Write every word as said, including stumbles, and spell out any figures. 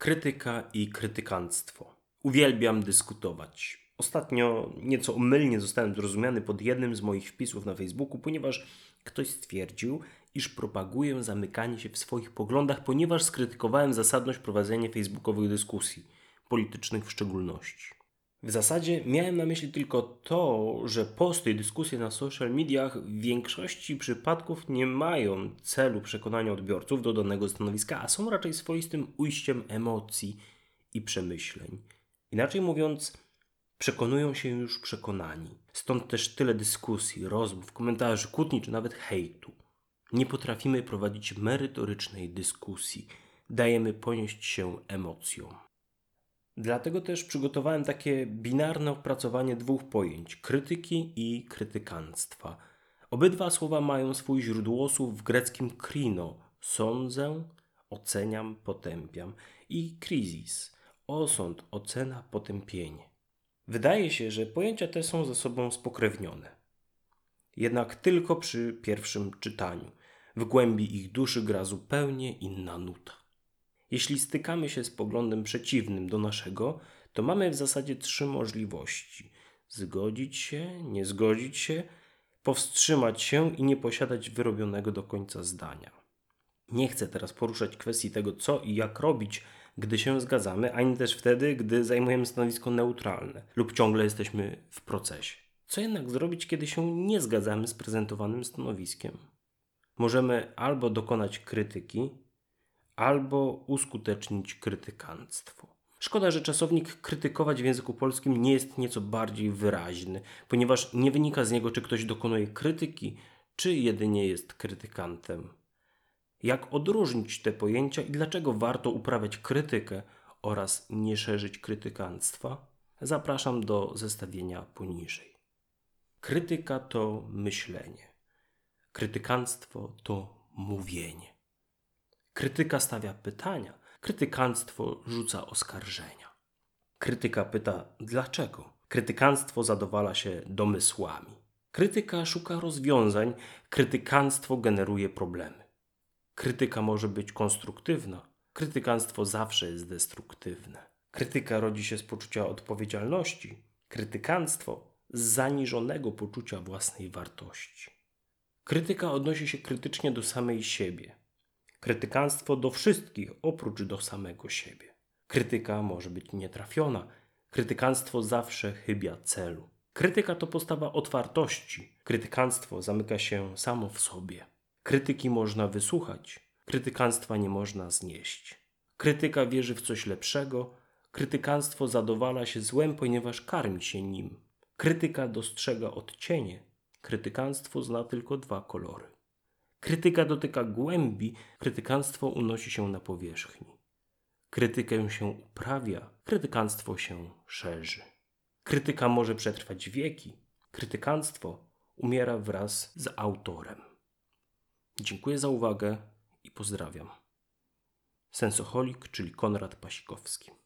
Krytyka i krytykanstwo. Uwielbiam dyskutować. Ostatnio nieco omylnie zostałem zrozumiany pod jednym z moich wpisów na Facebooku, ponieważ ktoś stwierdził, iż propaguję zamykanie się w swoich poglądach, ponieważ skrytykowałem zasadność prowadzenia facebookowych dyskusji, politycznych w szczególności. W zasadzie miałem na myśli tylko to, że posty i dyskusje na social mediach w większości przypadków nie mają celu przekonania odbiorców do danego stanowiska, a są raczej swoistym ujściem emocji i przemyśleń. Inaczej mówiąc, przekonują się już przekonani. Stąd też tyle dyskusji, rozmów, komentarzy, kłótni czy nawet hejtu. Nie potrafimy prowadzić merytorycznej dyskusji. Dajemy ponieść się emocjom. Dlatego też przygotowałem takie binarne opracowanie dwóch pojęć: krytyki i krytykanstwa. Obydwa słowa mają swój źródłosłów w greckim krino, sądzę, oceniam, potępiam, i kryzis, osąd, ocena, potępienie. Wydaje się, że pojęcia te są ze sobą spokrewnione. Jednak tylko przy pierwszym czytaniu. W głębi ich duszy gra zupełnie inna nuta. Jeśli stykamy się z poglądem przeciwnym do naszego, to mamy w zasadzie trzy możliwości: zgodzić się, nie zgodzić się, powstrzymać się i nie posiadać wyrobionego do końca zdania. Nie chcę teraz poruszać kwestii tego, co i jak robić, gdy się zgadzamy, ani też wtedy, gdy zajmujemy stanowisko neutralne lub ciągle jesteśmy w procesie. Co jednak zrobić, kiedy się nie zgadzamy z prezentowanym stanowiskiem? Możemy albo dokonać krytyki, albo uskutecznić krytykanstwo. Szkoda, że czasownik krytykować w języku polskim nie jest nieco bardziej wyraźny, ponieważ nie wynika z niego, czy ktoś dokonuje krytyki, czy jedynie jest krytykantem. Jak odróżnić te pojęcia i dlaczego warto uprawiać krytykę oraz nie szerzyć krytykanstwa? Zapraszam do zestawienia poniżej. Krytyka to myślenie. Krytykanstwo to mówienie. Krytyka stawia pytania, krytykanstwo rzuca oskarżenia. Krytyka pyta dlaczego, krytykanstwo zadowala się domysłami. Krytyka szuka rozwiązań, krytykanstwo generuje problemy. Krytyka może być konstruktywna, krytykanstwo zawsze jest destruktywne. Krytyka rodzi się z poczucia odpowiedzialności, krytykanstwo z zaniżonego poczucia własnej wartości. Krytyka odnosi się krytycznie do samej siebie. Krytykanstwo do wszystkich, oprócz do samego siebie. Krytyka może być nietrafiona. Krytykanstwo zawsze chybia celu. Krytyka to postawa otwartości. Krytykanstwo zamyka się samo w sobie. Krytyki można wysłuchać. Krytykanstwa nie można znieść. Krytyka wierzy w coś lepszego. Krytykanstwo zadowala się złem, ponieważ karmi się nim. Krytyka dostrzega odcienie. Krytykanstwo zna tylko dwa kolory. Krytyka dotyka głębi, krytykanstwo unosi się na powierzchni. Krytykę się uprawia, krytykanstwo się szerzy. Krytyka może przetrwać wieki, krytykanstwo umiera wraz z autorem. Dziękuję za uwagę i pozdrawiam. Sensoholik, czyli Konrad Pasikowski.